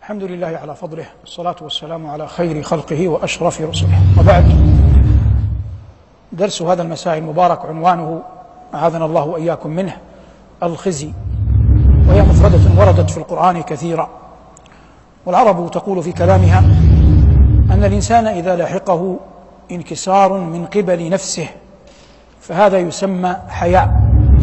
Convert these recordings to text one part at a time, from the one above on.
الحمد لله على فضله، والصلاة والسلام على خير خلقه وأشرف رسله، وبعد. درس هذا المساء المبارك عنوانه أعاذنا الله وإياكم منه الخزي، وهي مفردة وردت في القرآن كثيرا. والعرب تقول في كلامها أن الإنسان إذا لحقه انكسار من قبل نفسه فهذا يسمى حياء،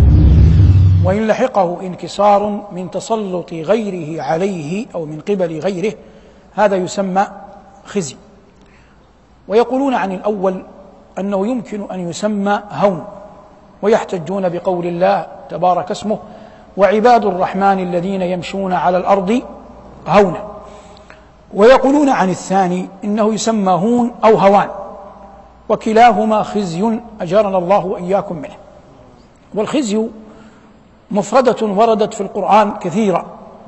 وإن لحقه انكسار من تسلط غيره عليه أو من قبل غيره هذا يسمى خزي. ويقولون عن الأول أنه يمكن أن يسمى هون، ويحتجون بقول الله تبارك اسمه: وعباد الرحمن الذين يمشون على الأرض هونا. ويقولون عن الثاني إنه يسمى هون أو هوان، وكلاهما خزي أجارنا الله وإياكم منه. والخزي مفردة وردت في القرآن كثيرا،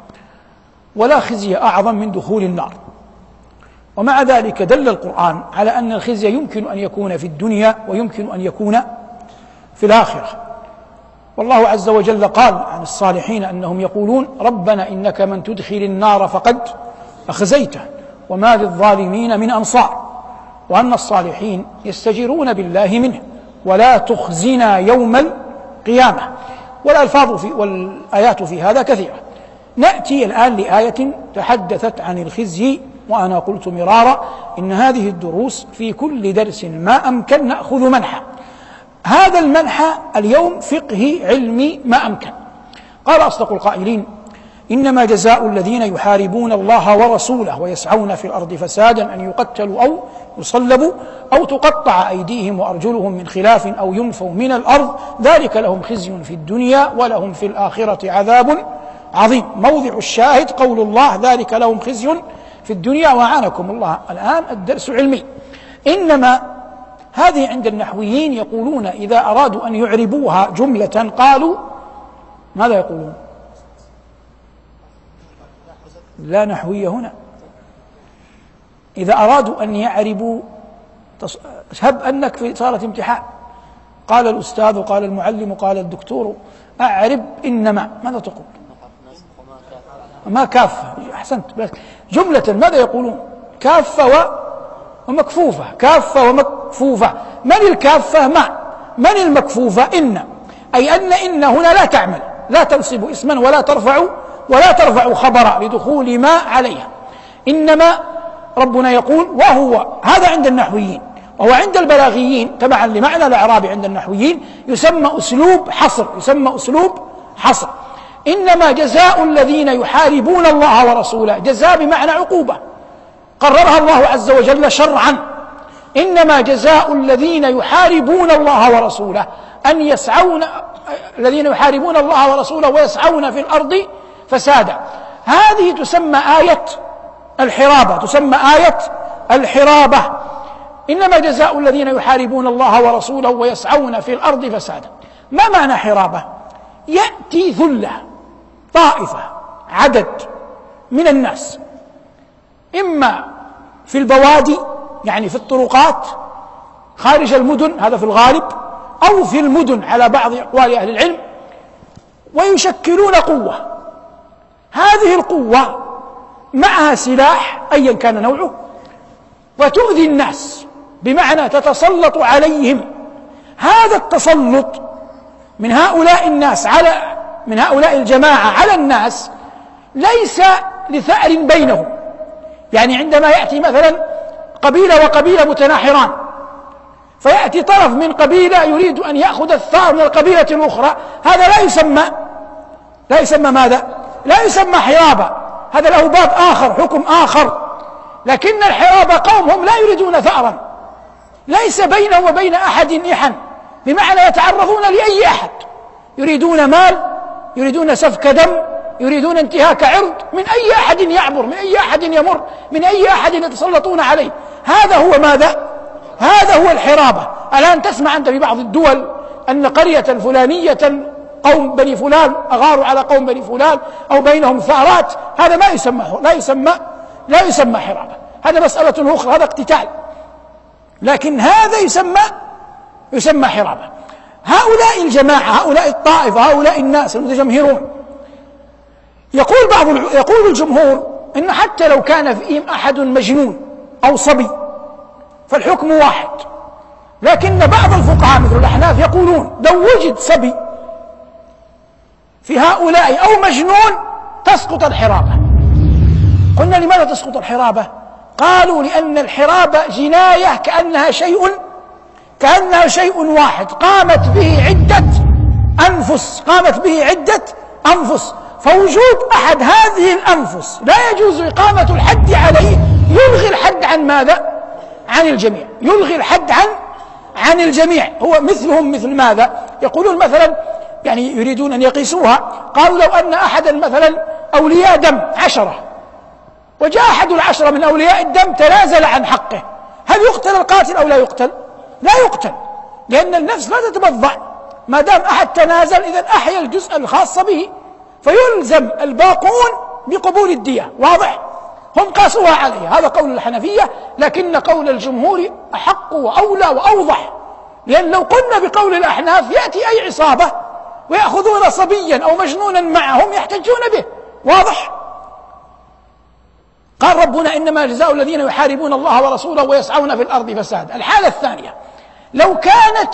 ولا خزي أعظم من دخول النار. ومع ذلك دل القرآن على أن الخزي يمكن أن يكون في الدنيا ويمكن أن يكون في الآخرة. والله عز وجل قال عن الصالحين أنهم يقولون: ربنا إنك من تدخل النار فقد أخزيته وما للظالمين من أنصار. وأن الصالحين يستجيرون بالله منه: ولا تخزنا يوم القيامة. والألفاظ والآيات في هذا كثيرة. نأتي الآن لآية تحدثت عن الخزي، وأنا قلت مرارا إن هذه الدروس في كل درس ما أمكن نأخذ منحى. هذا المنحى اليوم فقهي علمي ما أمكن. قال أصدق القائلين: إنما جزاء الذين يحاربون الله ورسوله ويسعون في الأرض فسادا أن يقتلوا أو يصلبوا أو تقطع أيديهم وأرجلهم من خلاف أو ينفوا من الأرض ذلك لهم خزي في الدنيا ولهم في الآخرة عذاب عظيم. موضع الشاهد قول الله: ذلك لهم خزي في الدنيا. وأعانكم الله الآن الدرس علمي. إنما هذه عند النحويين يقولون إذا أرادوا أن يعربوها جملة قالوا ماذا يقولون؟ لا نحوية هنا. إذا أرادوا أن يعربوا هب أنك في صالة امتحان، قال الأستاذ قال المعلم قال الدكتور: أعرب إنما، ماذا تقول؟ ما كافة. أحسنت. بس جملة ماذا يقولون؟ كافة ومكفوفة. كافة ومكفوفة. من الكافة؟ ما. من المكفوفة؟ إن. أي أن هنا لا تعمل، لا تنصب اسما ولا ترفع خبرا لدخول ما عليها. إنما ربنا يقول وهو. هذا عند النحويين. وهو عند البلاغيين تبعا لمعنى الإعراب عند النحويين يسمى أسلوب حصر. إنما جزاء الذين يحاربون الله ورسوله، جزاء بمعنى عقوبة قررها الله عز وجل شرعا. إنما جزاء الذين يحاربون الله ورسوله أن يسعون، الذين يحاربون الله ورسوله ويسعون في الأرض فسادا. هذه تسمى آية الحرابة. إنما جزاء الذين يحاربون الله ورسوله ويسعون في الأرض فسادا. ما معنى حرابة؟ يأتي ثلة، طائفة، عدد من الناس، إما في البوادي يعني في الطرقات خارج المدن، هذا في الغالب، أو في المدن على بعض أقوال أهل العلم، ويشكلون قوة. هذه القوة معها سلاح أيا كان نوعه، وتؤذي الناس، بمعنى تتسلط عليهم. هذا التسلط من هؤلاء الناس من هؤلاء الجماعة على الناس ليس لثأر بينهم. يعني عندما يأتي مثلا قبيلة وقبيلة متناحران، فيأتي طرف من قبيلة يريد أن يأخذ الثأر من القبيلة الأخرى، هذا لا يسمى ماذا؟ لا يسمى حرابة. هذا له باب آخر، حكم آخر. لكن الحرابة قوم هم لا يريدون ثأرا، ليس بينهم وبين أحد إحن، بمعنى يتعرضون لأي أحد، يريدون مال، يريدون سفك دم، يريدون انتهاك عرض من أي أحد يعبر، من أي أحد يمر، من أي أحد يتسلطون عليه. هذا هو ماذا؟ هذا هو الحرابة. الآن تسمع أنت في بعض الدول أن قرية فلانية قوم بني فلان أغاروا على قوم بني فلان أو بينهم ثارات، هذا لا يسمى حرابة. هذا مسألة أخرى، هذا اقتتال. لكن هذا يسمى حرابة. هؤلاء الجماعة، هؤلاء الطائفة، هؤلاء الناس المتجمهرون، يقول الجمهور إن حتى لو كان فيهم أحد مجنون أو صبي فالحكم واحد، لكن بعض الفقهاء مثل الأحناف يقولون لو وجد صبي في هؤلاء أو مجنون تسقط الحرابة. قلنا لماذا تسقط الحرابة؟ قالوا لأن الحرابة جناية كأنها شيء واحد قامت به عدة أنفس، فوجود أحد هذه الأنفس لا يجوز إقامة الحد عليه، يلغي الحد عن ماذا؟ عن الجميع، يلغي الحد عن الجميع. هو مثلهم مثل ماذا؟ يقولون مثلا يعني يريدون أن يقيسوها، قالوا لو أن أحدا مثلا أولياء دم 10 وجاء أحد 10 من أولياء الدم تنازل عن حقه، هل يقتل القاتل أو لا يقتل؟ لا يقتل، لأن النفس لا تتبضع، ما دام أحد تنازل إذن أحيا الجزء الخاص به، فيلزم الباقون بقبول الدية. واضح؟ هم قاسوها عليه، هذا قول الحنفية، لكن قول الجمهور أحق وأولى وأوضح، لأن لو قلنا بقول الأحناف يأتي أي عصابة ويأخذون صبيا أو مجنونا معهم يحتجون به. واضح؟ قال ربنا إنما جزاء الذين يحاربون الله ورسوله ويسعون في الأرض فسادا. الحالة الثانية، لو كانت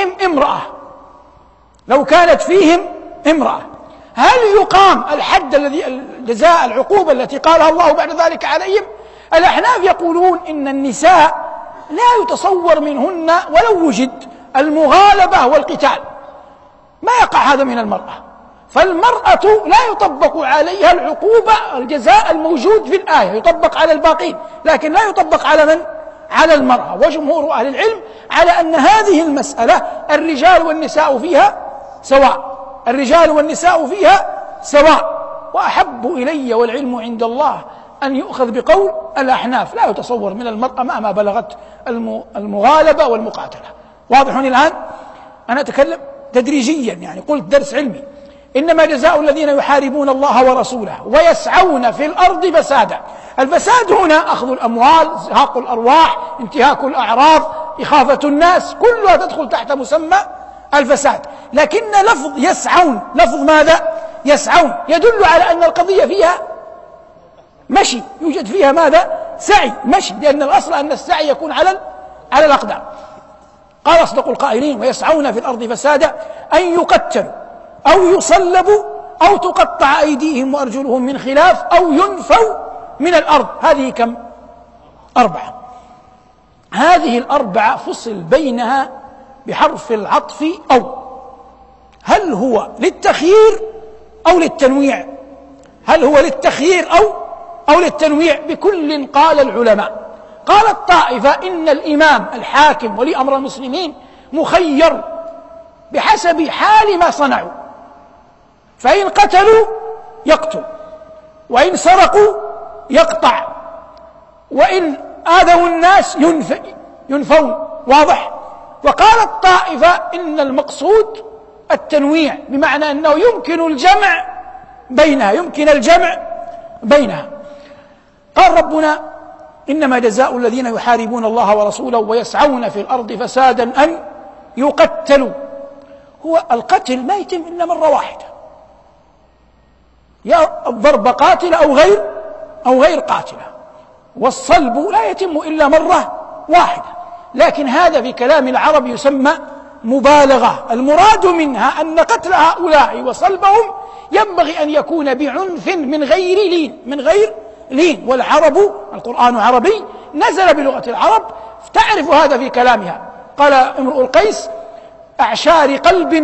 فيهم امرأة هل يقام الحد الذي الجزاء العقوبة التي قالها الله بعد ذلك عليهم؟ الأحناف يقولون إن النساء لا يتصور منهن ولو وجد المغالبة والقتال، ما يقع هذا من المرأة، فالمرأة لا يطبق عليها العقوبة الجزاء الموجود في الآية، يطبق على الباقين لكن لا يطبق على من؟ على المرأة. وجمهور أهل العلم على أن هذه المسألة الرجال والنساء فيها سواء، وأحب إلي والعلم عند الله أن يؤخذ بقول الأحناف، لا يتصور من المرأة مهما بلغت المغالبة والمقاتلة. واضح الآن؟ أنا أتكلم تدريجيا، يعني قلت درس علمي. إنما جزاء الذين يحاربون الله ورسوله ويسعون في الأرض فسادا. الفساد هنا أخذ الأموال، زهاق الأرواح، انتهاك الأعراض، إخافة الناس، كلها تدخل تحت مسمى الفساد. لكن لفظ يسعون، لفظ ماذا؟ يسعون، يدل على أن القضية فيها مشي، يوجد فيها ماذا؟ سعي، مشي، لأن الأصل أن السعي يكون على الأقدام. قال أصدق القائلين ويسعون في الأرض فسادا أن يقتلوا أو يصلبوا أو تقطع أيديهم وأرجلهم من خلاف أو ينفوا من الأرض. هذه كم؟ 4. هذه ال4 فصل بينها بحرف العطف أو. هل هو للتخيير أو للتنويع؟ هل هو للتخيير أو للتنويع؟ بكل قال العلماء. قال الطائفة إن الإمام الحاكم ولي أمر المسلمين مخير بحسب حال ما صنعوا، فإن قتلوا يقتل، وإن سرقوا يقطع، وإن آذوا الناس ينفون. واضح؟ وقال الطائفة إن المقصود التنويع، بمعنى أنه يمكن الجمع بينها. قال ربنا إنما جزاء الذين يحاربون الله ورسوله ويسعون في الأرض فسادا أن يقتلوا. هو القتل ما يتم إلا مرة واحدة، يا الضرب قاتلة أو غير قاتلة، والصلب لا يتم إلا مرة واحدة، لكن هذا في كلام العرب يسمى مبالغة. المراد منها أن قتل هؤلاء وصلبهم ينبغي أن يكون بعنف من غير لين. والعرب القرآن عربي نزل بلغة العرب، تعرف هذا في كلامها. قال امرؤ القيس أعشار قلب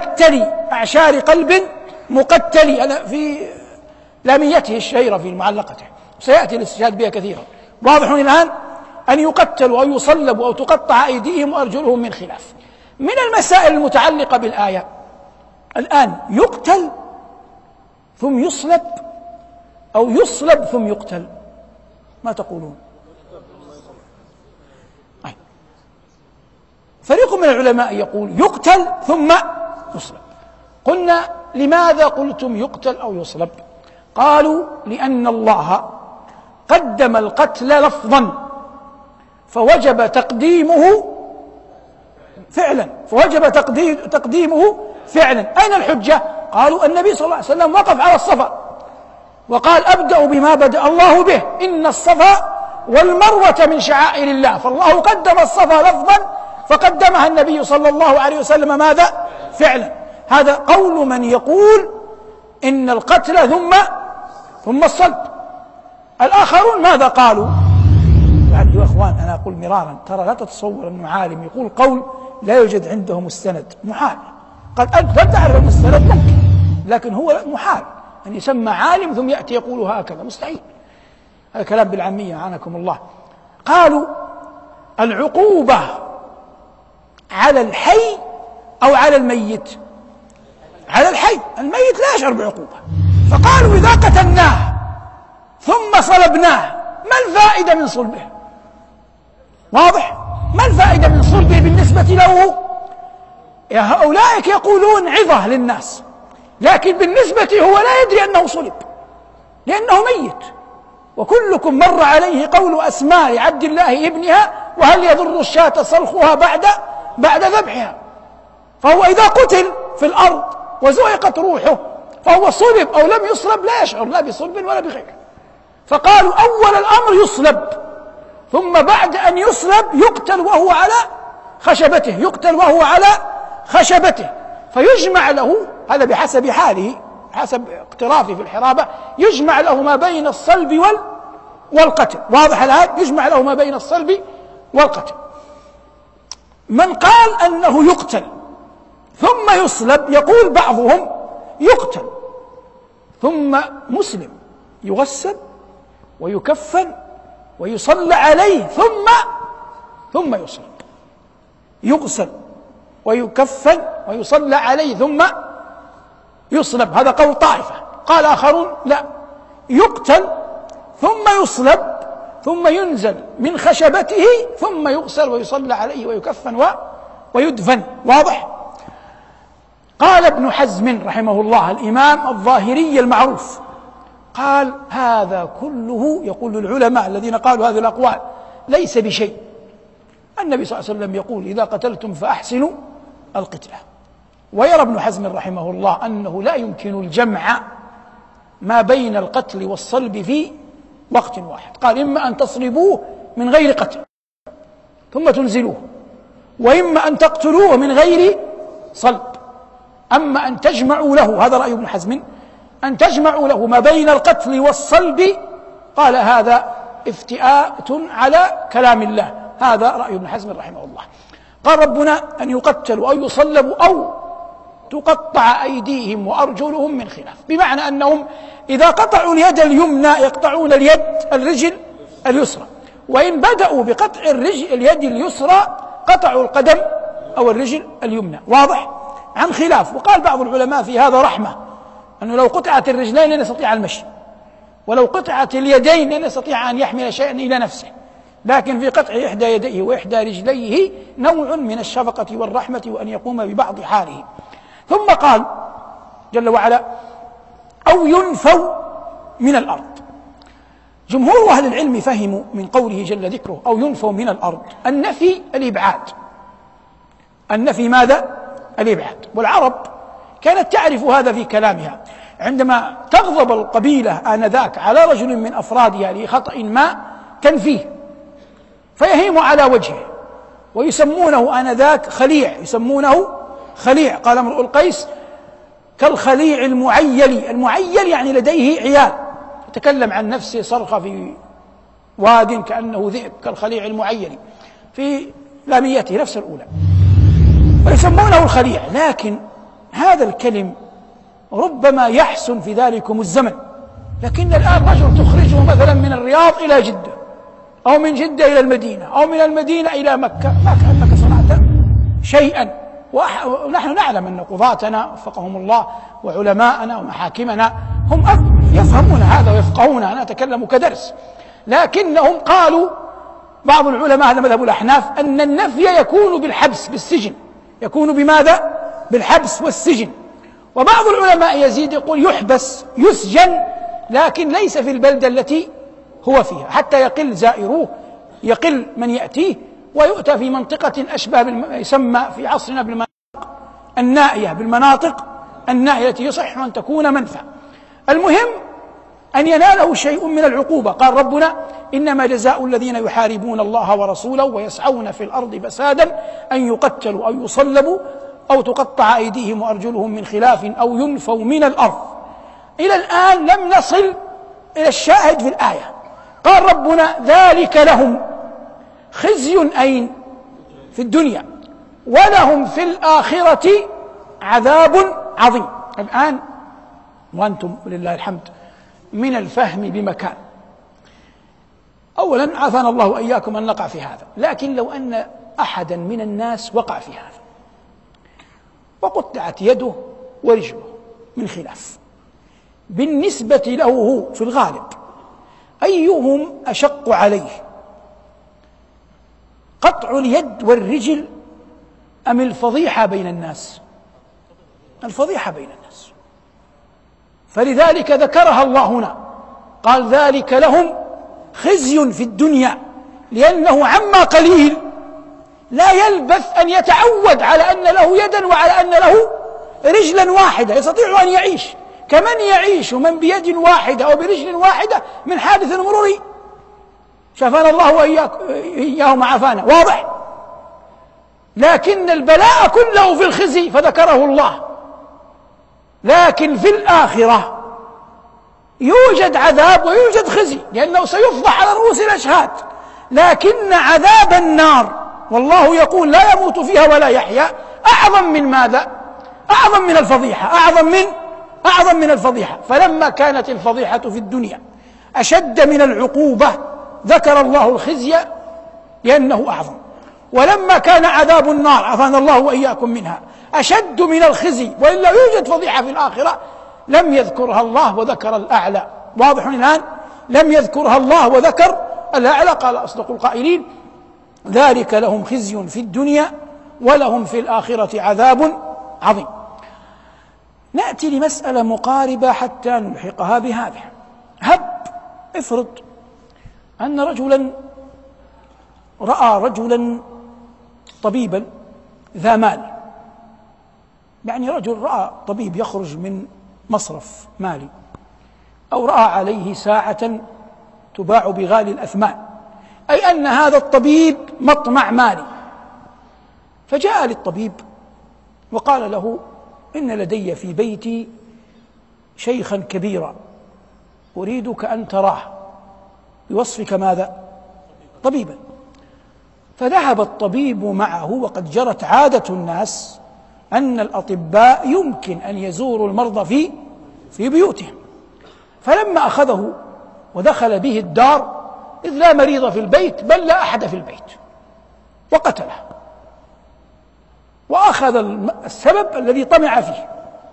مقتل، أنا في لاميته الشهيرة في معلقته، سيأتي الاستشهاد بها كثيرا. واضح الآن؟ أن يقتلوا أو يصلبوا أو تقطع أيديهم وأرجلهم من خلاف. من المسائل المتعلقة بالآية الآن، يقتل ثم يصلب أو يصلب ثم يقتل، ما تقولون؟ فريق من العلماء يقول يقتل ثم يصلب. قلنا لماذا قلتم يقتل أو يصلب؟ قالوا لأن الله قدم القتل لفظا فوجب تقديمه فعلا. أين الحجة؟ قالوا النبي صلى الله عليه وسلم وقف على الصفا وقال أبدأ بما بدأ الله به، إن الصفا والمروة من شعائر الله، فالله قدم الصفا لفظا فقدمها النبي صلى الله عليه وسلم ماذا؟ فعلا. هذا قول من يقول إن القتل ثم الصلب. الآخرون ماذا قالوا؟ يعني يا أخوان أنا أقول مرارا، ترى لا تتصور أن عالم يقول قول لا يوجد عنده مستند، محال. قد أنت لم تعرف المستند ممكن، لكن هو محال أن يسمى عالم ثم يأتي يقول هكذا، مستحيل. هذا كلام بالعامية عنكم الله. قالوا العقوبة على الحي أو على الميت؟ على الحي، الميت لا يشعر بعقوبة. فقالوا إذا قتلناه ثم صلبناه ما الفائدة من صلبه؟ واضح؟ ما الفائدة من صلبه بالنسبة له؟ أولئك يقولون عظة للناس، لكن بالنسبة هو لا يدري أنه صلب لأنه ميت. وكلكم مر عليه قول أسماء عبد الله ابنها وهل يضر الشاة صلخها بعد ذبحها. فهو إذا قتل في الأرض وزهقت روحه فهو صلب أو لم يصلب لا يشعر لا بصلب ولا بغيره. فقالوا أول الأمر يصلب، ثم بعد أن يصلب يقتل وهو على خشبته، يقتل وهو على خشبته، فيجمع له، هذا بحسب حاله حسب اقترافه في الحرابة، يجمع له ما بين الصلب والقتل. واضح الآن؟ يجمع له ما بين الصلب والقتل. من قال أنه يقتل ثم يصلب، يقول بعضهم يقتل ثم مسلم يغسل ويكفن ويصلى عليه ثم يصلب، يغسل ويكفن ويصلى عليه ثم يصلب. هذا قول طائفة. قال آخرون لا، يقتل ثم يصلب ثم ينزل من خشبته ثم يغسل ويصلى عليه ويكفن ويدفن. واضح؟ قال ابن حزم رحمه الله الإمام الظاهري المعروف، قال هذا كله، يقول العلماء الذين قالوا هذه الأقوال، ليس بشيء. النبي صلى الله عليه وسلم يقول إذا قتلتم فأحسنوا القتلة. ويرى ابن حزم رحمه الله أنه لا يمكن الجمع ما بين القتل والصلب في وقت واحد. قال إما أن تصلبوه من غير قتل ثم تنزلوه، وإما أن تقتلوه من غير صلب. أما أن تجمعوا له، هذا رأي ابن حزم، أن تجمعوا له ما بين القتل والصلب، قال هذا افتئاء على كلام الله. هذا رأي ابن حزم رحمه الله. قال ربنا أن يقتلوا أو يصلبوا أو تقطع أيديهم وأرجلهم من خلاف، بمعنى أنهم إذا قطعوا اليد اليمنى يقطعون الرجل اليسرى، وإن بدأوا بقطع اليد اليسرى قطعوا القدم أو الرجل اليمنى. واضح؟ عن خلاف. وقال بعض العلماء في هذا رحمة، أنه لو قطعت الرجلين لن يستطيع المشي، ولو قطعت اليدين لن يستطيع أن يحمل شيئا إلى نفسه، لكن في قطع إحدى يديه وإحدى رجليه نوع من الشفقة والرحمة وأن يقوم ببعض حاله. ثم قال جل وعلا أو ينفوا من الأرض. جمهور أهل العلم فهموا من قوله جل ذكره أو ينفوا من الأرض النفي الإبعاد. النفي ماذا؟ الإبعاد. والعرب كانت تعرف هذا في كلامها، عندما تغضب القبيلة آنذاك على رجل من أفرادها لخطأ ما تنفيه فيهيم على وجهه، ويسمونه آنذاك خليع، يسمونه خليع. قال امرؤ القيس كالخليع المعيل. المعيل يعني لديه عيال، يتكلم عن نفسه صرخة في واد كأنه ذئب، كالخليع المعيل في لاميته نفس الأولى، ويسمونه الخليع. لكن هذا الكلم ربما يحسن في ذلكم الزمن، لكن الآن رجل تخرجه مثلا من الرياض إلى جدة أو من جدة إلى المدينة أو من المدينة إلى مكة، ما كأنك صنعت شيئا. ونحن نعلم أن قضاتنا وفقهم الله وعلماءنا ومحاكمنا هم يفهمون هذا ويفقهون، أنا أتكلم كدرس. لكنهم قالوا بعض العلماء، هذا مذهب الأحناف، أن النفي يكون بالحبس بالسجن. يكون بماذا؟ بالحبس والسجن. وبعض العلماء يزيد يقول يحبس يسجن، لكن ليس في البلدة التي هو فيها، حتى يقل زائروه، يقل من يأتيه، ويؤتى في منطقة أشبه يسمى في عصرنا بالمناطق النائية، بالمناطق النائية التي يصح أن تكون منفى. المهم أن يناله شيء من العقوبة. قال ربنا: إنما جزاء الذين يحاربون الله ورسوله ويسعون في الأرض فسادا أن يقتلوا أو يصلبوا أو تقطع أيديهم وأرجلهم من خلاف أو ينفوا من الأرض. إلى الآن لم نصل إلى الشاهد في الآية. قال ربنا: ذلك لهم خزي أين؟ في الدنيا، ولهم في الآخرة عذاب عظيم. الآن وأنتم ولله الحمد من الفهم بمكان. أولا عافانا الله وإياكم أن نقع في هذا، لكن لو أن أحدا من الناس وقع في هذا وقطعت يده ورجله من خلاف، بالنسبة له هو في الغالب أيهم أشق عليه، قطع اليد والرجل أم الفضيحة بين الناس؟ الفضيحة بين الناس. فلذلك ذكرها الله هنا، قال: ذلك لهم خزي في الدنيا، لأنه عما قليل لا يلبث أن يتعود على أن له يدا وعلى أن له رجلا واحدة يستطيع أن يعيش، كمن يعيش من بيد واحدة أو برجل واحدة من حادث مروري. شفانا الله وإياهم عافانا. واضح؟ لكن البلاء كله في الخزي فذكره الله. لكن في الآخرة يوجد عذاب ويوجد خزي، لأنه سيفضح على رؤوس الأشهاد. لكن عذاب النار والله يقول لا يموت فيها ولا يحيا أعظم من ماذا؟ أعظم من الفضيحة، أعظم من الفضيحة. فلما كانت الفضيحة في الدنيا أشد من العقوبة ذكر الله الخزي لأنه أعظم، ولما كان عذاب النار عافانا الله وإياكم منها أشد من الخزي وإلا يوجد فضيحة في الآخرة لم يذكرها الله وذكر الأعلى. واضح الآن؟ لم يذكرها الله وذكر الأعلى. قال أصدق القائلين: ذلك لهم خزي في الدنيا ولهم في الآخرة عذاب عظيم. نأتي لمسألة مقاربة حتى نلحقها بهذه. افرض أن رجلا رأى رجلا طبيبا ذا مال، يعني رجل رأى طبيب يخرج من مصرف مالي، أو رأى عليه ساعة تباع بغالي الأثمان، أي أن هذا الطبيب مطمع مالي. فجاء للطبيب وقال له: إن لدي في بيتي شيخا كبيرا أريدك أن تراه بوصفك ماذا؟ طبيبا. فذهب الطبيب معه، وقد جرت عادة الناس أن الأطباء يمكن أن يزوروا المرضى في بيوتهم. فلما أخذه ودخل به الدار إذ لا مريض في البيت بل لا أحد في البيت، وقتله، وأخذ السبب الذي طمع فيه.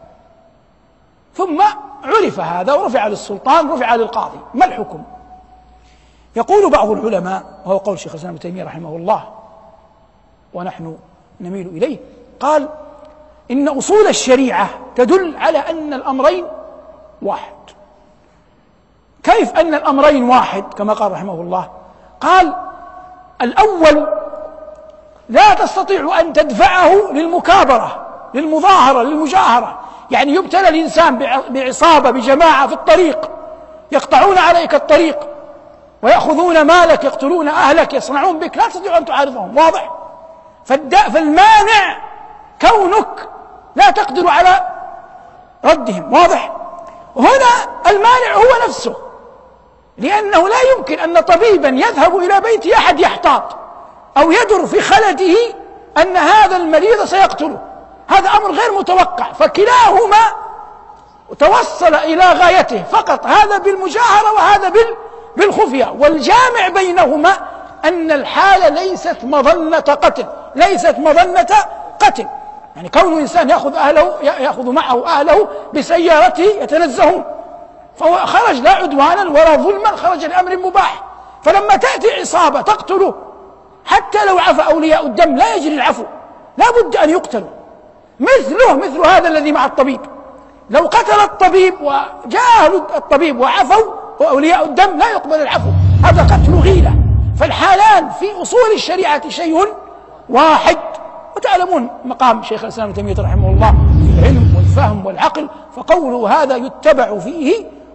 ثم عرف هذا ورفع للسلطان، رفع للقاضي. ما الحكم؟ يقول بعض العلماء، وهو قول شيخ الإسلام ابن تيمية رحمه الله ونحن نميل إليه، قال: إن أصول الشريعة تدل على أن الأمرين واحد. كيف أن الأمرين واحد كما قال رحمه الله؟ قال: الأول لا تستطيع أن تدفعه للمكابرة، للمظاهرة، للمجاهرة، يعني يبتلى الإنسان بعصابة بجماعة في الطريق يقطعون عليك الطريق ويأخذون مالك، يقتلون أهلك، يصنعون بك، لا تستطيع أن تعارضهم. واضح؟ فالمانع كونك لا تقدر على ردهم. واضح؟ هنا المانع هو نفسه، لأنه لا يمكن أن طبيبا يذهب إلى بيت أحد يحتاط أو يدر في خلده أن هذا المريض سيقتله، هذا أمر غير متوقع. فكلاهما توصل إلى غايته فقط، هذا بالمجاهرة وهذا بالخفية، والجامع بينهما أن الحالة ليست مظنة قتل، ليست مظنة قتل. يعني كون إنسان يأخذ معه أهله بسيارته يتنزهون، فهو خرج لا عدوانا ولا ظلما، خرج لأمر مباح. فلما تأتي عصابة تقتله حتى لو عفى أولياء الدم لا يجري العفو، لا بد أن يقتلوا. مثل هذا الذي مع الطبيب، لو قتل الطبيب وجاء الطبيب وعفوا وأولياء الدم لا يقبل العفو، هذا قتل غيلة. فالحالان في أصول الشريعة شيء واحد. وتعلمون مقام شيخ الإسلام ابن تيمية رحمه الله في العلم والفهم والعقل، فقوله هذا يتبع فيه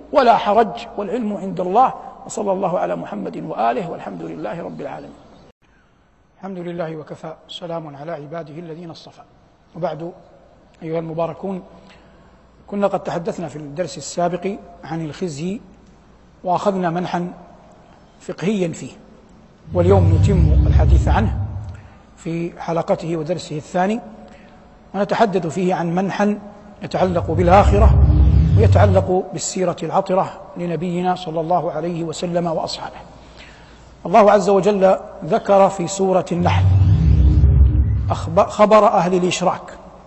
ولا حرج، والعلم عند الله. وصلى الله على محمد وآله، والحمد لله رب العالمين. الحمد لله وكفى، سلام على عباده الذين اصطفى. وبعد، أيها المباركون، كنا قد تحدثنا في الدرس السابق عن الخزي وأخذنا منحا فقهيا فيه، واليوم نتم الحديث عنه في حلقته ودرسه الثاني، ونتحدث فيه عن منحا يتعلق بالآخرة ويتعلق بالسيرة العطرة لنبينا صلى الله عليه وسلم وأصحابه. الله عز وجل ذكر في سورة النحل خبر أهل الإشراك،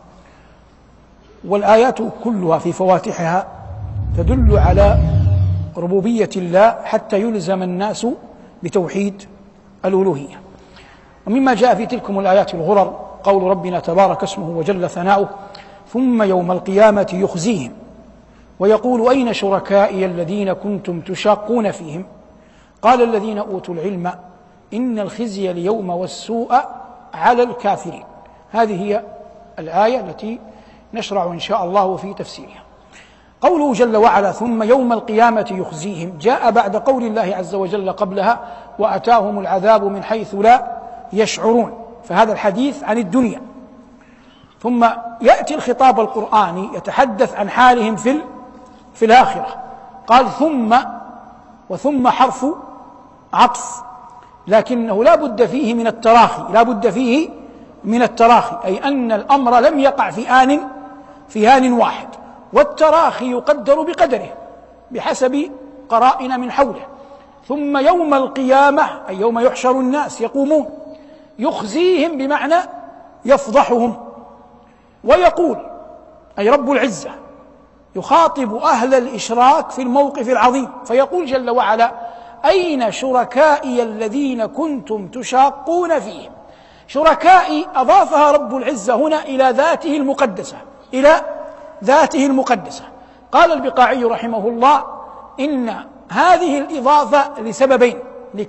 والآيات كلها في فواتحها تدل على ربوبية الله حتى يلزم الناس بتوحيد الألوهية. ومما جاء في تلكم الآيات الغرر قول ربنا تبارك اسمه وجل ثناؤه: ثم يوم القيامة يخزيهم ويقول أين شركائي الذين كنتم تشاقون فيهم قال الذين أوتوا العلم إن الخزي اليوم والسوء على الكافرين. هذه هي الآية التي نشرع إن شاء الله في تفسيرها. قوله جل وعلا ثم يوم القيامة يخزيهم جاء بعد قول الله عز وجل قبلها: وأتاهم العذاب من حيث لا يشعرون، فهذا الحديث عن الدنيا. ثم يأتي الخطاب القرآني يتحدث عن حالهم في الآخرة، قال ثم، وثم حرف عطف، لكنه لا بد فيه من التراخي، لا بد فيه من التراخي، أي أن الأمر لم يقع في آن واحد، والتراخي يقدر بقدره بحسب قرائن من حوله. ثم يوم القيامة أي يوم يحشر الناس يقومون، يخزيهم بمعنى يفضحهم، ويقول أي رب العزة يخاطب أهل الإشراك في الموقف العظيم، فيقول جل وعلا: أين شركائي الذين كنتم تشاقون فيهم. شركائي أضافها رب العزة هنا إلى ذاته المقدسة، إلى ذاته المقدسة. قال البقاعي رحمه الله: إن هذه الإضافة لسببين.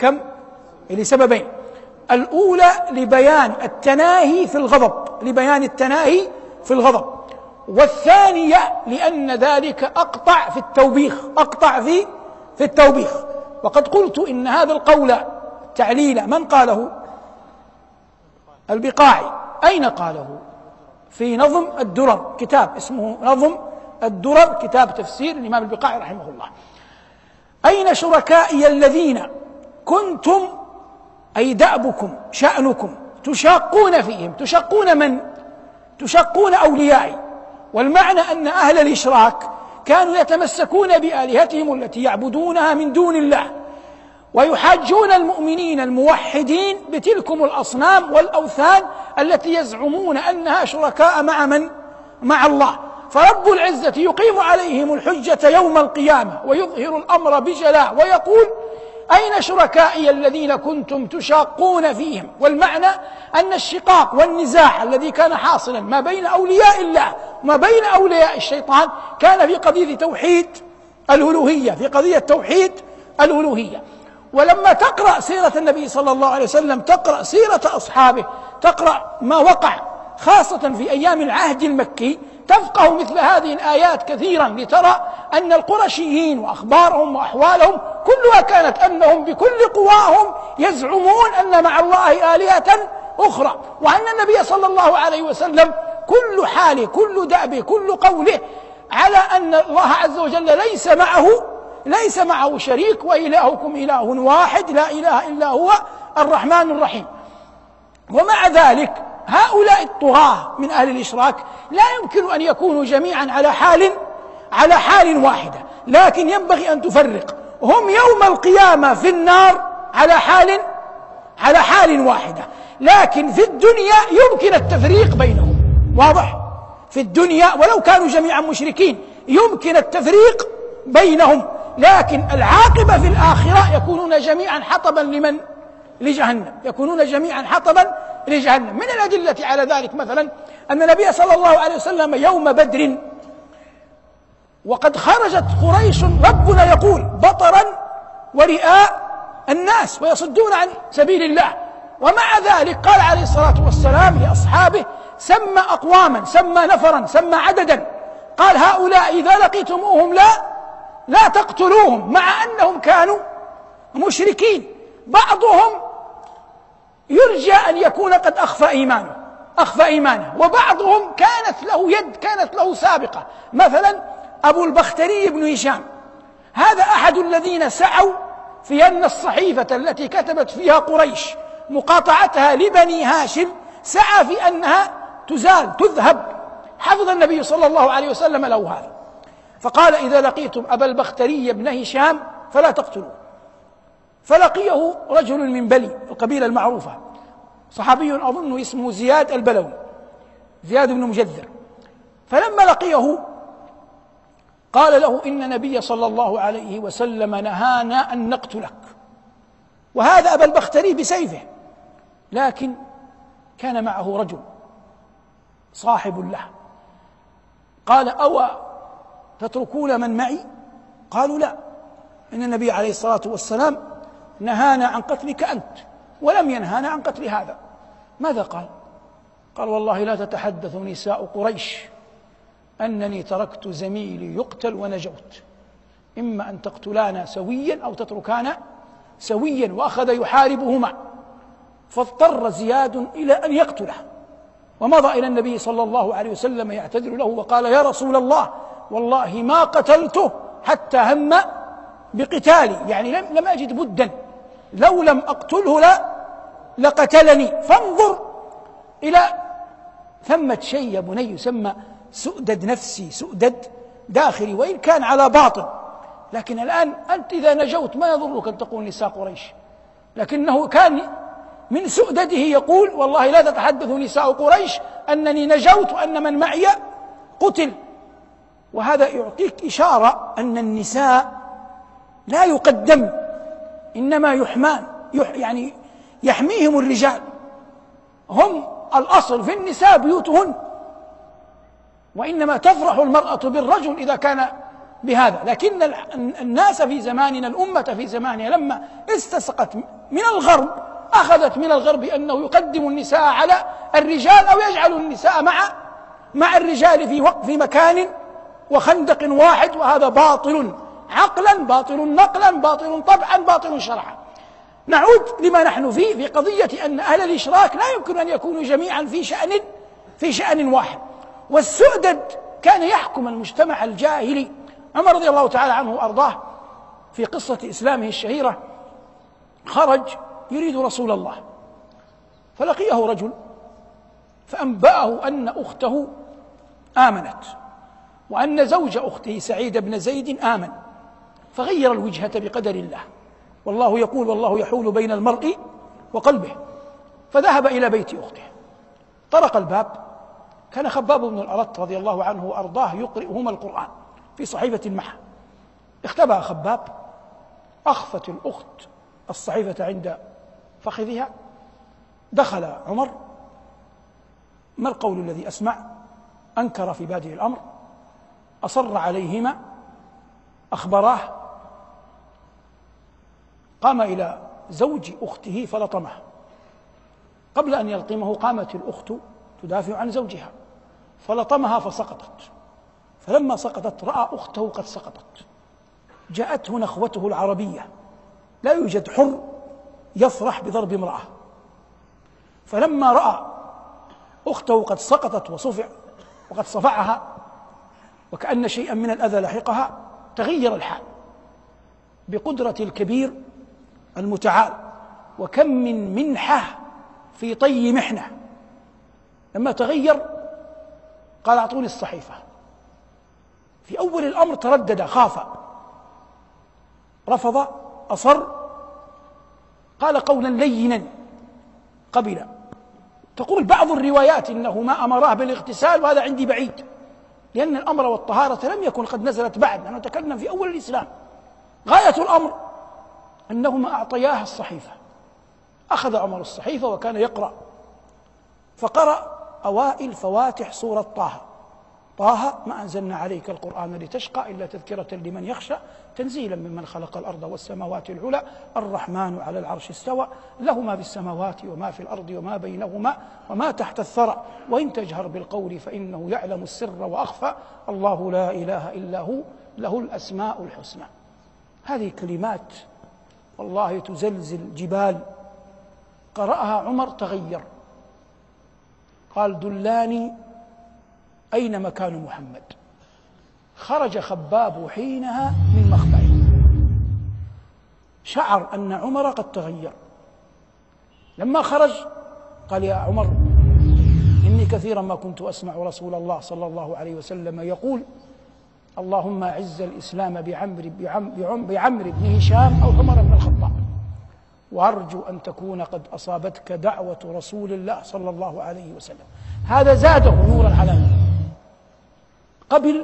لسببين: الأولى لبيان التناهي في الغضب، لبيان التناهي في الغضب، والثانية لأن ذلك أقطع في التوبيخ، أقطع في التوبيخ. وقد قلت إن هذا القول تعليل من قاله؟ البقاعي. أين قاله؟ في نظم الدرر، كتاب اسمه نظم الدرر، كتاب تفسير الإمام البقاعي رحمه الله. أين شركائي الذين كنتم، أي دأبكم شأنكم، تشاقون فيهم. تشاقون من؟ تشاقون أوليائي. والمعنى أن أهل الإشراك كانوا يتمسكون بآلهتهم التي يعبدونها من دون الله، ويحاجون المؤمنين الموحدين بتلكم الأصنام والأوثان التي يزعمون أنها شركاء مع من؟ مع الله. فرب العزة يقيم عليهم الحجة يوم القيامة ويظهر الأمر بجلاء ويقول: أين شركائي الذين كنتم تشاقون فيهم. والمعنى أن الشقاق والنزاع الذي كان حاصلا ما بين أولياء الله وما بين أولياء الشيطان كان في قضية توحيد الألوهية، في قضية توحيد الألوهية. ولما تقرأ سيرة النبي صلى الله عليه وسلم، تقرأ سيرة أصحابه، تقرأ ما وقع خاصة في أيام العهد المكي، تفقه مثل هذه الآيات كثيرا، لترى أن القرشيين وأخبارهم وأحوالهم كلها كانت أنهم بكل قواهم يزعمون أن مع الله آلهة أخرى، وأن النبي صلى الله عليه وسلم كل حاله، كل دأبه، كل قوله على أن الله عز وجل ليس معه شريك، وإلهكم إله واحد لا إله إلا هو الرحمن الرحيم. ومع ذلك هؤلاء الطغاة من أهل الإشراك لا يمكن أن يكونوا جميعا على حال واحدة، لكن ينبغي أن تفرق. هم يوم القيامة في النار على حال واحدة، لكن في الدنيا يمكن التفريق بينهم. واضح؟ في الدنيا ولو كانوا جميعا مشركين يمكن التفريق بينهم، لكن العاقبة في الآخرة يكونون جميعا حطبا لمن؟ لجهنم، يكونون جميعا حطبا لجهنم. من الأدلة على ذلك مثلا أن النبي صلى الله عليه وسلم يوم بدر وقد خرجت قريش، ربنا يقول: بطرا ورئاء الناس ويصدون عن سبيل الله، ومع ذلك قال عليه الصلاة والسلام لأصحابه: سمى أقواما، سمى نفرا، سمى عددا، قال: هؤلاء إذا لقيتموهم لا تقتلوهم مع أنهم كانوا مشركين. بعضهم يرجى أن يكون قد أخفى إيمانه، وبعضهم كانت له يد، كانت له سابقة. مثلا أبو البختري بن هشام، هذا أحد الذين سعوا في أن الصحيفة التي كتبت فيها قريش مقاطعتها لبني هاشم سعى في أنها تزال تذهب. حفظ النبي صلى الله عليه وسلم له هذا، فقال: إذا لقيتم أبا البختري بن هشام فلا تقتلوه. فلقيه رجل من بلي، القبيلة المعروفة، صحابي أظن اسمه زياد البلوي، زياد بن مجذر. فلما لقيه قال له: إن النبي صلى الله عليه وسلم نهانا أن نقتلك، وهذا أبا البختري بسيفه، لكن كان معه رجل صاحب له. قال: أو تتركون من معي؟ قالوا: لا، إن النبي عليه الصلاة والسلام نهانا عن قتلك أنت ولم ينهانا عن قتل هذا. ماذا قال؟ قال: والله لا تتحدث نساء قريش أنني تركت زميلي يقتل ونجوت، إما أن تقتلانا سويا أو تتركانا سويا. وأخذ يحاربهما، فاضطر زياد إلى أن يقتله، ومضى إلى النبي صلى الله عليه وسلم يعتذر له وقال: يا رسول الله، والله ما قتلته حتى هم بقتالي، يعني لم أجد بدا، لو لم أقتله لقتلني. فانظر إلى ثمة شيء يا بني يسمى سؤدد نفسي، سؤدد داخلي، وإن كان على باطن. لكن الآن أنت إذا نجوت ما يضرك أن تقول نساء قريش، لكنه كان من سؤدده يقول: والله لا تتحدث نساء قريش أنني نجوت وأن من معي قتل. وهذا يعطيك إشارة أن النساء لا يقدم، إنما يحمان، يعني يحميهم الرجال، هم الأصل في النساء بيوتهن، وإنما تفرح المرأة بالرجل إذا كان بهذا. لكن الناس في زماننا، الأمة في زمانها، لما استسقت من الغرب أخذت من الغرب أنه يقدم النساء على الرجال، أو يجعل النساء مع الرجال في مكان وخندق واحد، وهذا باطل عقلا، باطل نقلا، باطل طبعا، باطل شرعا. نعود لما نحن فيه، في قضية أن أهل الإشراك لا يمكن أن يكونوا جميعا في شأن واحد. والسؤدد كان يحكم المجتمع الجاهلي. عمر رضي الله تعالى عنه وأرضاه في قصة إسلامه الشهيرة خرج يريد رسول الله، فلقيه رجل فأنبأه أن أخته آمنت، وأن زوج أخته سعيد بن زيد آمن، فغير الوجهة بقدر الله. والله يقول: والله يحول بين المرء وقلبه. فذهب إلى بيت أخته، طرق الباب، كان خباب بن الأرط رضي الله عنه وأرضاه يقرئهما القرآن في صحيفة معه. اختبأ خباب، أخفت الأخت الصحيفة عند فخذها. دخل عمر: ما القول الذي أسمع؟ أنكر في بادئ الأمر، أصر عليهما، أخبراه. قام إلى زوج أخته فلطمه. قبل أن يلطمه قامت الأخت تدافع عن زوجها فلطمها فسقطت. فلما سقطت رأى أخته قد سقطت، جاءته نخوته العربية، لا يوجد حر يفرح بضرب امرأة. فلما رأى أخته قد سقطت وقد صفعها وكأن شيئا من الأذى لحقها، تغير الحال بقدرة الكبير المتعال. وكم من منحة في طي محنة. لما تغير قال: أعطوني الصحيفة. في أول الأمر تردد، خاف، رفض، أصر، قال قولا لينا، قبل. تقول بعض الروايات إنه ما أمراه بالاغتسال، وهذا عندي بعيد، لأن الأمر والطهارة لم يكن قد نزلت بعد، نحن نتكلم في أول الإسلام. غاية الأمر أنهما أعطياه الصحيفة. أخذ عمر الصحيفة وكان يقرأ، فقرأ أوائل فواتح سورة طه: طه ما أنزلنا عليك القرآن لتشقى إلا تذكرة لمن يخشى تنزيلا ممن خلق الأرض والسماوات العلى الرحمن على العرش استوى له ما في السماوات وما في الأرض وما بينهما وما تحت الثرى وإن تجهر بالقول فإنه يعلم السر وأخفى الله لا إله إلا هو له الأسماء الحسنى. هذه كلمات والله تزلزل جبال. قرأها عمر تغير، قال دلاني أين مكان محمد. خرج خباب حينها من مخبئه، شعر أن عمر قد تغير. لما خرج قال يا عمر إني كثيرا ما كنت أسمع رسول الله صلى الله عليه وسلم يقول اللهم أعز الإسلام بعمر بن هشام أو عمر بن الخطاب، وأرجو أن تكون قد أصابتك دعوة رسول الله صلى الله عليه وسلم. هذا زاده نورا على نور. قبل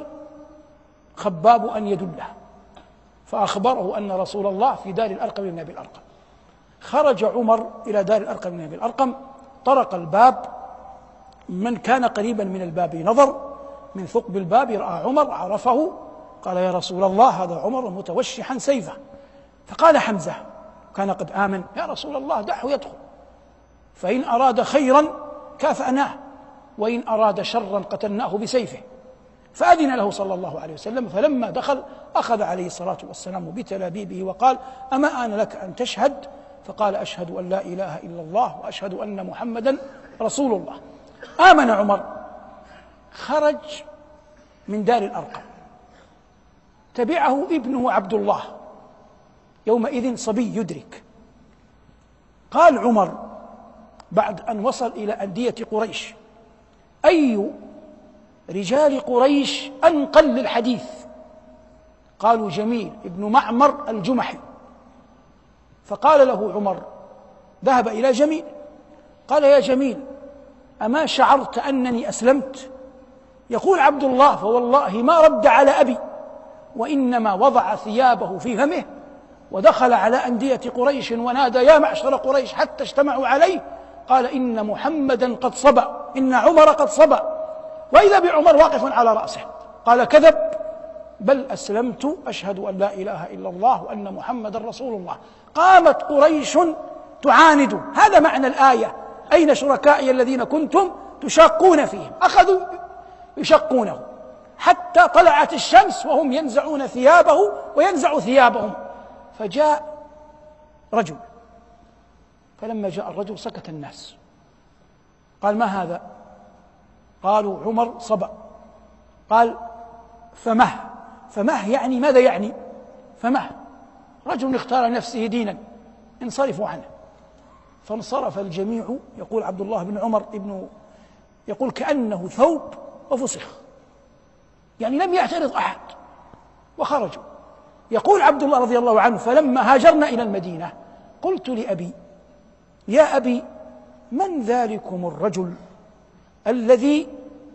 خباب أن يدله، فأخبره أن رسول الله في دار الأرقم بن أبي الأرقم. خرج عمر إلى دار الأرقم بن أبي الأرقم، طرق الباب، من كان قريبا من الباب نظر من ثقب الباب، رأى عمر عرفه، قال يا رسول الله هذا عمر متوشحا سيفه. فقال حمزة كان قد آمن يا رسول الله دعه يدخل، فإن أراد خيرا كافأناه وإن أراد شرا قتلناه بسيفه. فأذن له صلى الله عليه وسلم، فلما دخل أخذ عليه الصلاة والسلام بتلابيبه وقال أما آن لك أن تشهد؟ فقال أشهد أن لا إله إلا الله وأشهد أن محمدا رسول الله. آمن عمر، خرج من دار الأرقم، تبعه ابنه عبد الله، يومئذ صبي يدرك. قال عمر بعد أن وصل إلى أندية قريش أي رجال قريش أنقل للحديث؟ قالوا جميل ابن معمر الجمحي. فقال له عمر، ذهب إلى جميل قال يا جميل أما شعرت أنني أسلمت؟ يقول عبد الله فوالله ما رد على أبي، وإنما وضع ثيابه في فمه ودخل على أندية قريش ونادى يا معشر قريش حتى اجتمعوا عليه، قال إن محمدا قد صبأ، إن عمر قد صبأ. وإذا بعمر واقف على رأسه، قال كذب بل أسلمت أشهد أن لا إله إلا الله وأن محمدا رسول الله. قامت قريش تعاند. هذا معنى الآية أين شركائي الذين كنتم تشاقون فيهم. أخذوا يشقونه حتى طلعت الشمس وهم ينزعون ثيابه وينزع ثيابهم. فجاء رجل، فلما جاء الرجل سكت الناس. قال ما هذا؟ قالوا عمر صبأ. قال فمه يعني ماذا يعني؟ فمه رجل اختار لنفسه دينا انصرفوا عنه. فانصرف الجميع. يقول عبد الله بن عمر يقول كأنه ثوب وفسخ، يعني لم يعترض أحد وخرجوا. يقول عبد الله رضي الله عنه فلما هاجرنا إلى المدينة قلت لأبي يا أبي من ذلكم الرجل الذي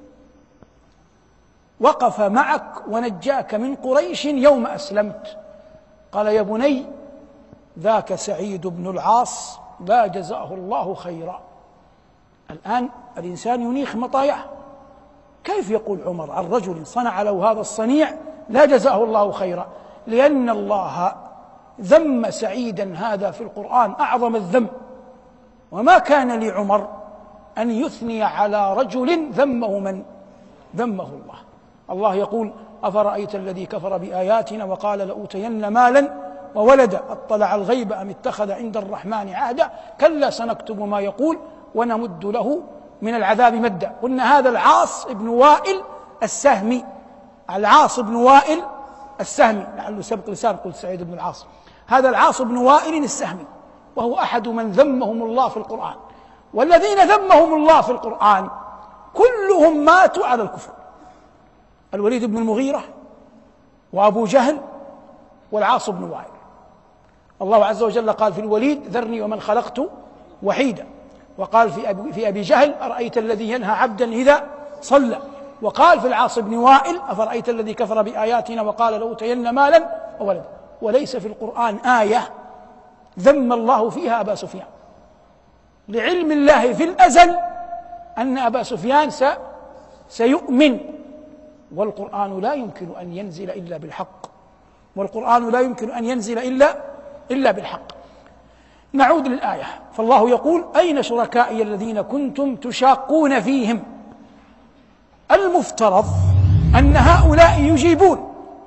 وقف معك ونجاك من قريش يوم أسلمت؟ قال يا بني ذاك سعيد بن العاص لا جزاه الله خيرا. الآن الإنسان ينيخ مطاياه، كيف يقول عمر عن رجل صنع له هذا الصنيع لا جزاه الله خيرا؟ لأن الله ذم سعيدا هذا في القرآن أعظم الذم، وما كان لعمر أن يثني على رجل ذمه من ذمه الله. الله يقول أفرأيت الذي كفر بآياتنا وقال لأوتين مالا وولدا أطلع الغيب أم اتخذ عند الرحمن عهدا كلا سنكتب ما يقول ونمد له من العذاب مدا. قلنا هذا العاص بن وائل السهمي، العاص بن وائل السهمي، لعله سبق لسان قلت سعيد بن العاص، هذا العاص بن وائل السهمي، وهو أحد من ذمهم الله في القرآن. والذين ذمهم الله في القرآن كلهم ماتوا على الكفر، الوليد بن المغيرة وأبو جهل والعاص بن وائل. الله عز وجل قال في الوليد ذرني ومن خلقت وحيدا، وقال في أبي جهل أرأيت الذي ينهى عبدا إذا صلى، وقال في العاص بن وائل أفرأيت الذي كفر بآياتنا وقال لأوتين مالا وولدا. وليس في القرآن آية ذم الله فيها أبا سفيان، لعلم الله في الأزل أن أبا سفيان سيؤمن. والقرآن لا يمكن أن ينزل إلا بالحق، والقرآن لا يمكن أن ينزل إلا بالحق. نعود للآية. فالله يقول أين شركائي الذين كنتم تشاقون فيهم؟ المفترض أن هؤلاء يجيبون،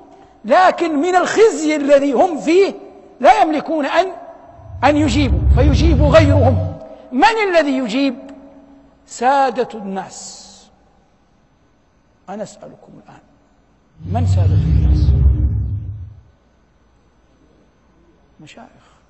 لكن من الخزي الذي هم فيه لا يملكون أن يجيبوا، فيجيب غيرهم. من الذي يجيب؟ سادة الناس. أنا أسألكم الآن، من سادة الناس؟ مشايخ.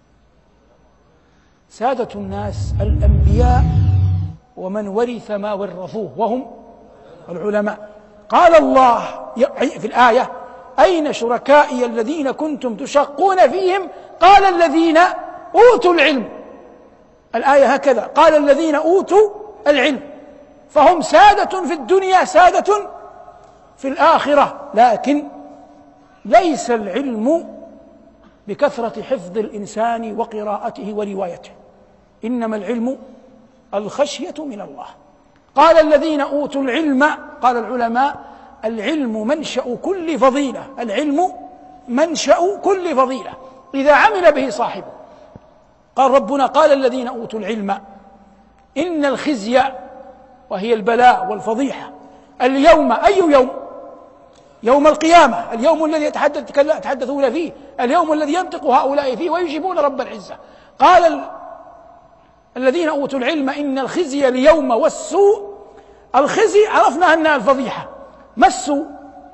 سادة الناس الأنبياء ومن ورث ما ورثوه وهم العلماء. قال الله في الآية: أين شركائي الذين كنتم تشقون فيهم؟ قال الذين أوتوا العلم. الآية هكذا، قال الذين أوتوا العلم. فهم سادة في الدنيا، سادة في الآخرة. لكن ليس العلم بكثرة حفظ الإنسان وقراءته وروايته، إنما العلم الخشية من الله. قال الذين أوتوا العلم، قال العلماء: العلم منشأ كل فضيلة، العلم منشأ كل فضيلة إذا عمل به صاحبه. قال ربنا: قال الذين أوتوا العلم إن الخزي، وهي البلاء والفضيحة، اليوم، أي يوم؟ يوم القيامة، اليوم الذي يتحدثون فيه، اليوم الذي ينطق هؤلاء فيه ويجيبون رب العزة. قال الذين أوتوا العلم إن الخزي اليوم والسوء. الخزي عرفنا أنها الفضيحة، ما السوء؟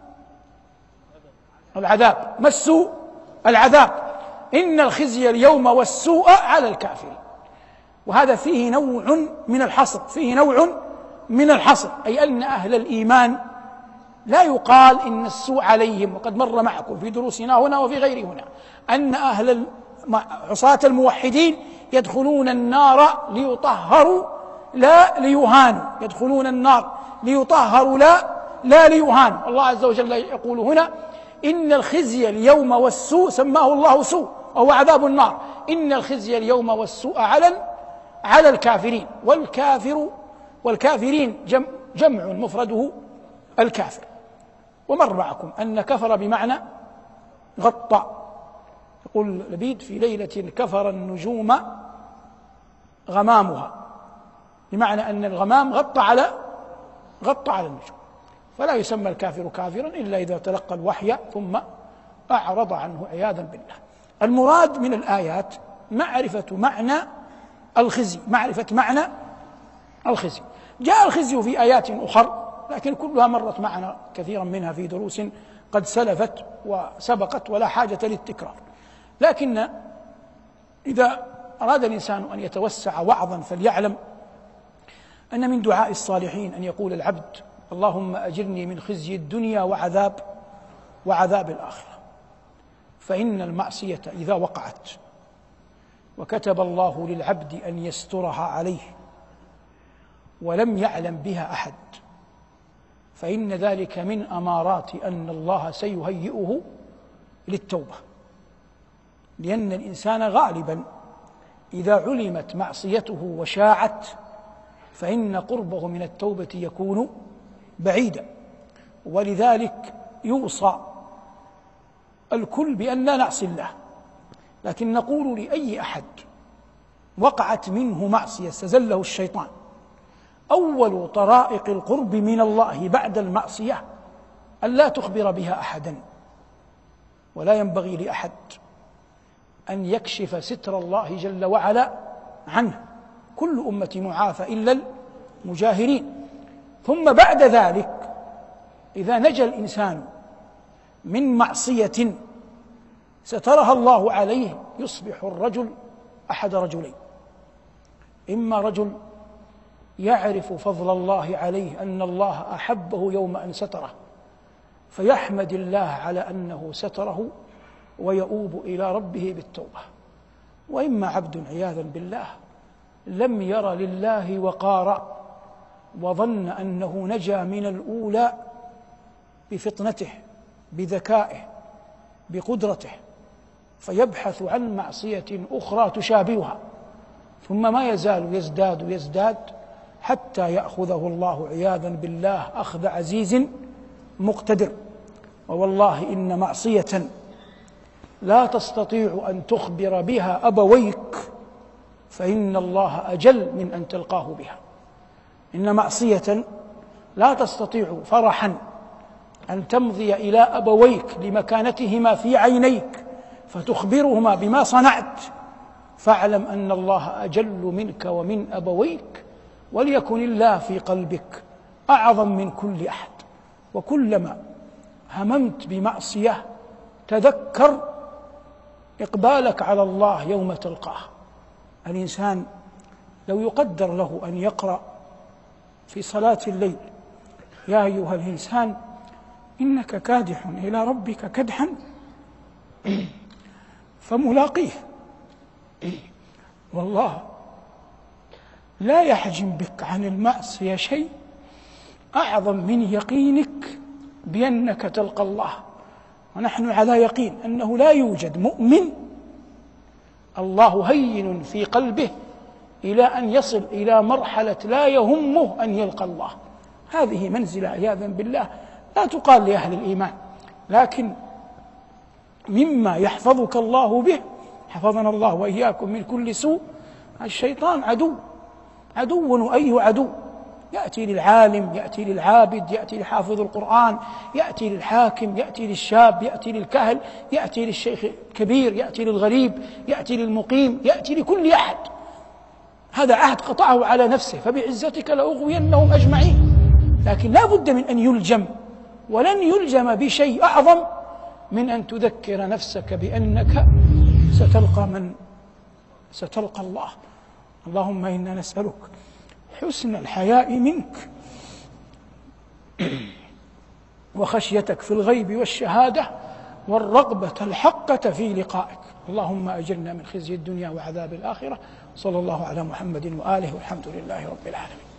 العذاب، ما السوء؟ العذاب. إن الخزي اليوم والسوء على الكافرين. وهذا فيه نوع من الحصر، فيه نوع من الحصر، أي أن أهل الإيمان لا يقال إن السوء عليهم. وقد مر معكم في دروسنا هنا وفي غير هنا أن عصاة الموحدين يدخلون النار ليطهروا لا ليهانوا، يدخلون النار ليطهروا لا ليهانوا. الله عز وجل يقول هنا: إن الخزي اليوم والسوء، سماه الله سوء وهو عذاب النار. إن الخزي اليوم والسوء على الكافرين. والكافرين جمع مفرده الكافر. ومر معكم أن كفر بمعنى غطى. يقول لبيد: في ليلة كفر النجوم غمامها، بمعنى أن الغمام غطى على النجوم. فلا يسمى الكافر كافرا إلا إذا تلقى الوحي ثم أعرض عنه عياذا بالله. المراد من الآيات معرفة معنى الخزي، معرفة معنى الخزي. جاء الخزي في آيات أخرى، لكن كلها مرت معنا كثيرا منها في دروس قد سلفت وسبقت ولا حاجة للتكرار. لكن إذا أراد الإنسان أن يتوسع وعظا فليعلم أن من دعاء الصالحين أن يقول العبد: اللهم أجرني من خزي الدنيا وعذاب الآخرة. فإن المعصية إذا وقعت وكتب الله للعبد أن يسترها عليه ولم يعلم بها أحد، فإن ذلك من أمارات أن الله سيهيئه للتوبة. لأن الإنسان غالبا إذا علمت معصيته وشاعت فإن قربه من التوبة يكون بعيدا. ولذلك يوصى الكل بأن لا نعصي الله، لكن نقول لأي أحد وقعت منه معصية استزله الشيطان: أول طرائق القرب من الله بعد المعصية أن لا تخبر بها أحدا، ولا ينبغي لأحد أن يكشف ستر الله جل وعلا عنه. كل أمة معافى إلا المجاهرين. ثم بعد ذلك إذا نجا الإنسان من معصية سترها الله عليه يصبح الرجل أحد رجلين: إما رجل يعرف فضل الله عليه أن الله أحبه يوم أن ستره فيحمد الله على أنه ستره ويؤوب إلى ربه بالتوبة، وإما عبد عياذا بالله لم ير لله وقارا وظن أنه نجا من الأولى بفطنته بذكائه بقدرته، فيبحث عن معصية أخرى تشابهها، ثم ما يزال يزداد حتى يأخذه الله عياذا بالله أخذ عزيز مقتدر. ووالله إن معصية لا تستطيع أن تخبر بها أبويك فإن الله أجل من أن تلقاه بها. إن معصية لا تستطيع فرحا أن تمضي إلى أبويك لمكانتهما في عينيك فتخبرهما بما صنعت، فاعلم أن الله أجل منك ومن أبويك، وليكن الله في قلبك أعظم من كل أحد. وكلما هممت بمعصية تذكر إقبالك على الله يوم تلقاه. الإنسان لو يقدر له أن يقرأ في صلاة الليل: يا أيها الإنسان إنك كادح إلى ربك كدحا فملاقيه، والله لا يحجم بك عن المعصية شيء أعظم من يقينك بأنك تلقى الله. ونحن على يقين أنه لا يوجد مؤمن الله هين في قلبه إلى أن يصل إلى مرحلة لا يهمه أن يلقى الله. هذه منزلة عياذا بالله لا تقال لأهل الإيمان، لكن مما يحفظك الله به، حفظنا الله وإياكم من كل سوء. الشيطان عدو أي عدو، يأتي للعالم، يأتي للعابد، يأتي لحافظ القرآن، يأتي للحاكم، يأتي للشاب، يأتي للكهل، يأتي للشيخ الكبير، يأتي للغريب، يأتي للمقيم، يأتي لكل أحد. هذا عهد قطعه على نفسه: فبعزتك لأغوينهم أجمعين. لكن لا بد من أن يلجم، ولن يلجم بشيء أعظم من أن تذكر نفسك بأنك ستلقى الله. اللهم إنا نسألك حسن الحياء منك وخشيتك في الغيب والشهادة والرغبة الحقة في لقائك. اللهم أجرنا من خزي الدنيا وعذاب الآخرة. صلى الله على محمد وآله، والحمد لله رب العالمين.